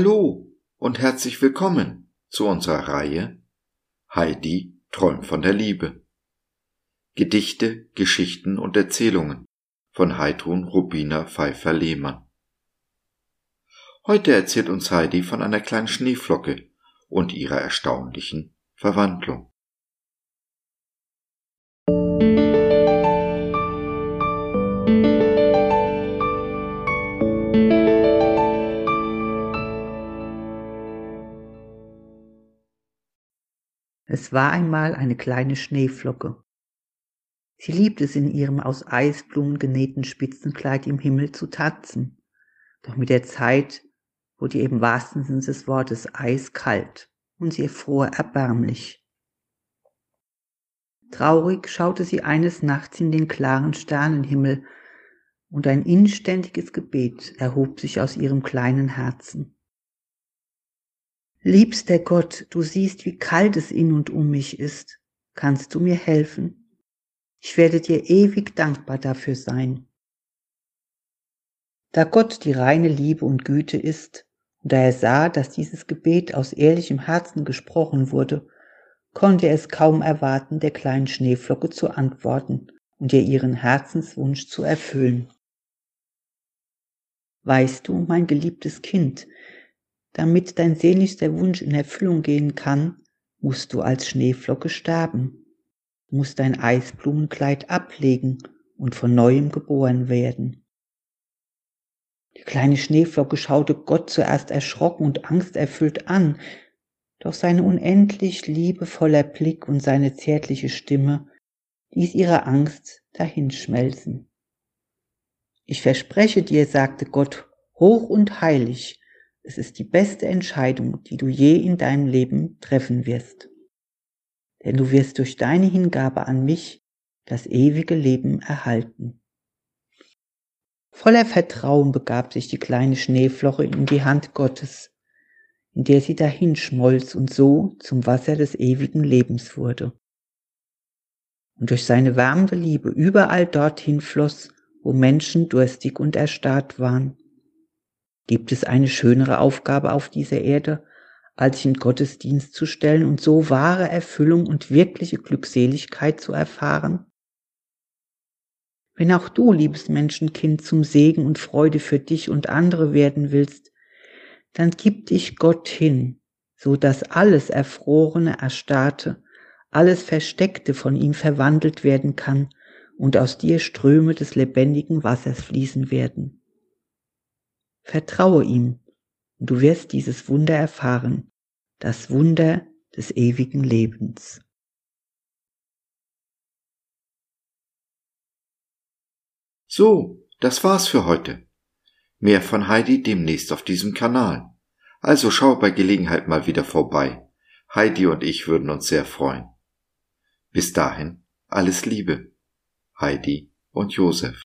Hallo und herzlich willkommen zu unserer Reihe Heidi träumt von der Liebe. Gedichte, Geschichten und Erzählungen von Heidrun Rubina Pfeiffer-Lehmann. Heute erzählt uns Heidi von einer kleinen Schneeflocke und ihrer erstaunlichen Verwandlung. Es war einmal eine kleine Schneeflocke. Sie liebt es, in ihrem aus Eisblumen genähten Spitzenkleid im Himmel zu tanzen. Doch mit der Zeit wurde ihr im wahrsten Sinne des Wortes eiskalt und sie erfror erbärmlich. Traurig schaute sie eines Nachts in den klaren Sternenhimmel und ein inständiges Gebet erhob sich aus ihrem kleinen Herzen. Liebster Gott, du siehst, wie kalt es in und um mich ist. Kannst du mir helfen? Ich werde dir ewig dankbar dafür sein. Da Gott die reine Liebe und Güte ist, und da er sah, dass dieses Gebet aus ehrlichem Herzen gesprochen wurde, konnte er es kaum erwarten, der kleinen Schneeflocke zu antworten und ihr ihren Herzenswunsch zu erfüllen. Weißt du, mein geliebtes Kind, damit dein sehnlichster Wunsch in Erfüllung gehen kann, musst du als Schneeflocke sterben. Du musst dein Eisblumenkleid ablegen und von neuem geboren werden. Die kleine Schneeflocke schaute Gott zuerst erschrocken und angsterfüllt an, doch sein unendlich liebevoller Blick und seine zärtliche Stimme ließ ihre Angst dahinschmelzen. Ich verspreche dir, sagte Gott, hoch und heilig, es ist die beste Entscheidung, die du je in deinem Leben treffen wirst. Denn du wirst durch deine Hingabe an mich das ewige Leben erhalten. Voller Vertrauen begab sich die kleine Schneeflocke in die Hand Gottes, in der sie dahinschmolz und so zum Wasser des ewigen Lebens wurde. Und durch seine wärmende Liebe überall dorthin floss, wo Menschen durstig und erstarrt waren. Gibt es eine schönere Aufgabe auf dieser Erde, als sich in Gottesdienst zu stellen und so wahre Erfüllung und wirkliche Glückseligkeit zu erfahren? Wenn auch du, liebes Menschenkind, zum Segen und Freude für dich und andere werden willst, dann gib dich Gott hin, so dass alles Erfrorene, Erstarrte, alles Versteckte von ihm verwandelt werden kann und aus dir Ströme des lebendigen Wassers fließen werden. Vertraue ihm, und du wirst dieses Wunder erfahren, das Wunder des ewigen Lebens. So, das war's für heute. Mehr von Heidi demnächst auf diesem Kanal. Also schau bei Gelegenheit mal wieder vorbei. Heidi und ich würden uns sehr freuen. Bis dahin, alles Liebe. Heidi und Josef.